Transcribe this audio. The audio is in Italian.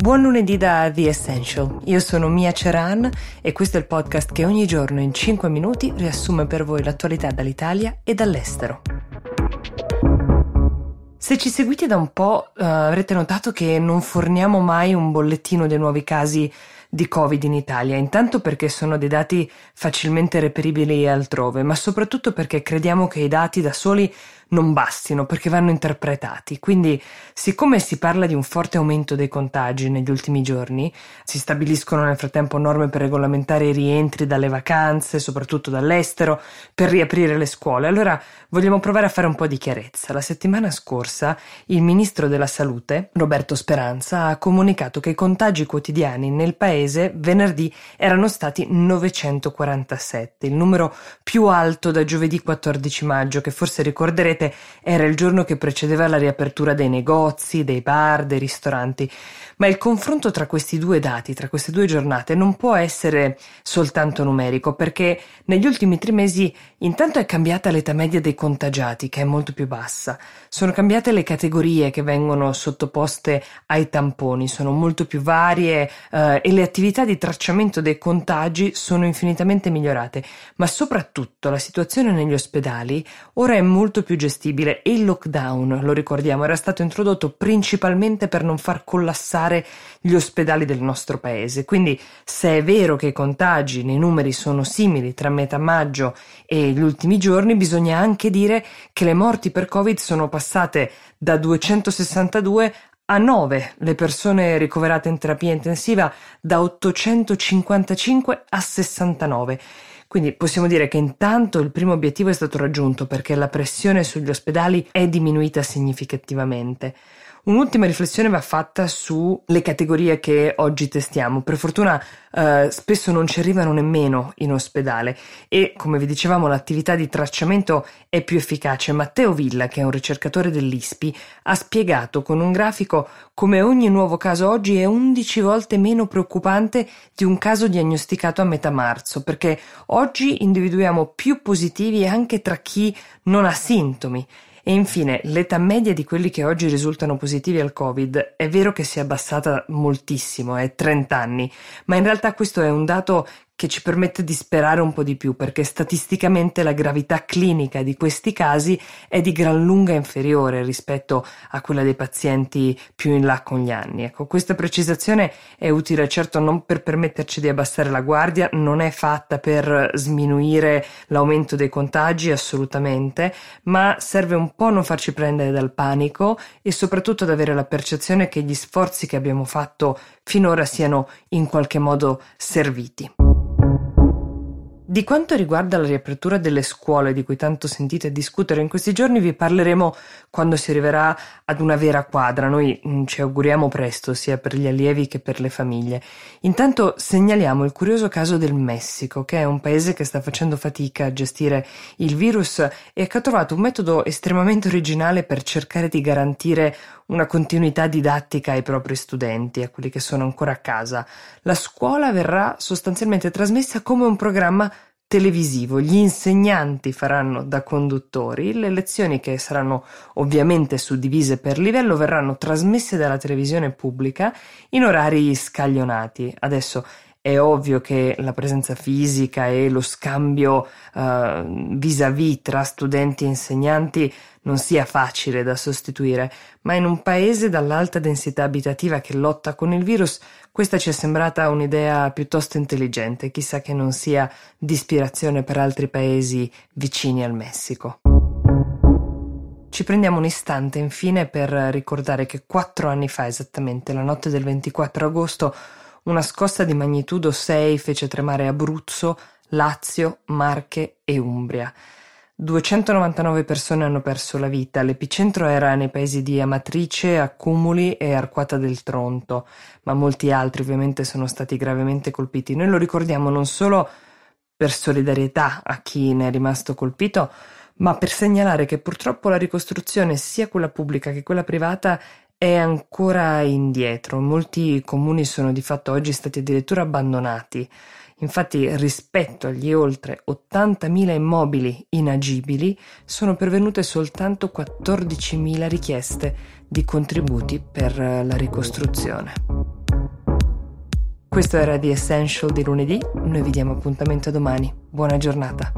Buon lunedì da The Essential. Io sono Mia Ceran e questo è il podcast che ogni giorno in 5 minuti riassume per voi l'attualità dall'Italia e dall'estero. Se ci seguite da un po' avrete notato che non forniamo mai un bollettino dei nuovi casi di Covid in Italia, intanto perché sono dei dati facilmente reperibili altrove, ma soprattutto perché crediamo che i dati da soli non bastino, perché vanno interpretati. Quindi, siccome si parla di un forte aumento dei contagi negli ultimi giorni, si stabiliscono nel frattempo norme per regolamentare i rientri dalle vacanze, soprattutto dall'estero, per riaprire le scuole. Allora vogliamo provare a fare un po' di chiarezza. La settimana scorsa il ministro della Salute, Roberto Speranza, ha comunicato che i contagi quotidiani nel paese venerdì erano stati 947, il numero più alto da giovedì 14 maggio, che forse ricorderete era il giorno che precedeva la riapertura dei negozi, dei bar, dei ristoranti. Ma il confronto tra questi due dati, tra queste due giornate, non può essere soltanto numerico, perché negli ultimi 3 mesi intanto è cambiata l'età media dei contagiati, che è molto più bassa. Sono cambiate le categorie che vengono sottoposte ai tamponi, sono molto più varie e le attività di tracciamento dei contagi sono infinitamente migliorate. Ma soprattutto la situazione negli ospedali ora è molto più gestibile e il lockdown, lo ricordiamo, era stato introdotto principalmente per non far collassare gli ospedali del nostro paese. Quindi, se è vero che i contagi nei numeri sono simili tra metà maggio e gli ultimi giorni, bisogna anche dire che le morti per Covid sono passate da 262 a 9 le persone ricoverate in terapia intensiva, da 855 a 69. Quindi possiamo dire che intanto il primo obiettivo è stato raggiunto, perché la pressione sugli ospedali è diminuita significativamente. Un'ultima riflessione va fatta sulle categorie che oggi testiamo. Per fortuna spesso non ci arrivano nemmeno in ospedale e, come vi dicevamo, l'attività di tracciamento è più efficace. Matteo Villa, che è un ricercatore dell'ISPI, ha spiegato con un grafico come ogni nuovo caso oggi è 11 volte meno preoccupante di un caso diagnosticato a metà marzo, perché oggi individuiamo più positivi anche tra chi non ha sintomi. E infine, l'età media di quelli che oggi risultano positivi al Covid è vero che si è abbassata moltissimo, è 30 anni, ma in realtà questo è un dato che ci permette di sperare un po' di più, perché statisticamente la gravità clinica di questi casi è di gran lunga inferiore rispetto a quella dei pazienti più in là con gli anni. Ecco, questa precisazione è utile certo non per permetterci di abbassare la guardia, non è fatta per sminuire l'aumento dei contagi, assolutamente, ma serve un po' a non farci prendere dal panico e soprattutto ad avere la percezione che gli sforzi che abbiamo fatto finora siano in qualche modo serviti. Di quanto riguarda la riapertura delle scuole, di cui tanto sentite discutere in questi giorni, vi parleremo quando si arriverà ad una vera quadra. Noi ci auguriamo presto, sia per gli allievi che per le famiglie. Intanto segnaliamo il curioso caso del Messico, che è un paese che sta facendo fatica a gestire il virus e che ha trovato un metodo estremamente originale per cercare di garantire una continuità didattica ai propri studenti, a quelli che sono ancora a casa. La scuola verrà sostanzialmente trasmessa come un programma televisivo, gli insegnanti faranno da conduttori, le lezioni, che saranno ovviamente suddivise per livello, verranno trasmesse dalla televisione pubblica in orari scaglionati. Adesso è ovvio che la presenza fisica e lo scambio vis-à-vis tra studenti e insegnanti non sia facile da sostituire, ma in un paese dall'alta densità abitativa che lotta con il virus, questa ci è sembrata un'idea piuttosto intelligente, chissà che non sia di ispirazione per altri paesi vicini al Messico. Ci prendiamo un istante infine per ricordare che 4 anni fa, esattamente la notte del 24 agosto, una scossa di magnitudo 6 fece tremare Abruzzo, Lazio, Marche e Umbria. 299 persone hanno perso la vita. L'epicentro era nei paesi di Amatrice, Accumuli e Arquata del Tronto, ma molti altri ovviamente sono stati gravemente colpiti. Noi lo ricordiamo non solo per solidarietà a chi ne è rimasto colpito, ma per segnalare che purtroppo la ricostruzione, sia quella pubblica che quella privata, è ancora indietro. Molti comuni sono di fatto oggi stati addirittura abbandonati. Infatti, rispetto agli oltre 80.000 immobili inagibili, sono pervenute soltanto 14.000 richieste di contributi per la ricostruzione. Questo era The Essential di lunedì, noi vi diamo appuntamento domani. Buona giornata.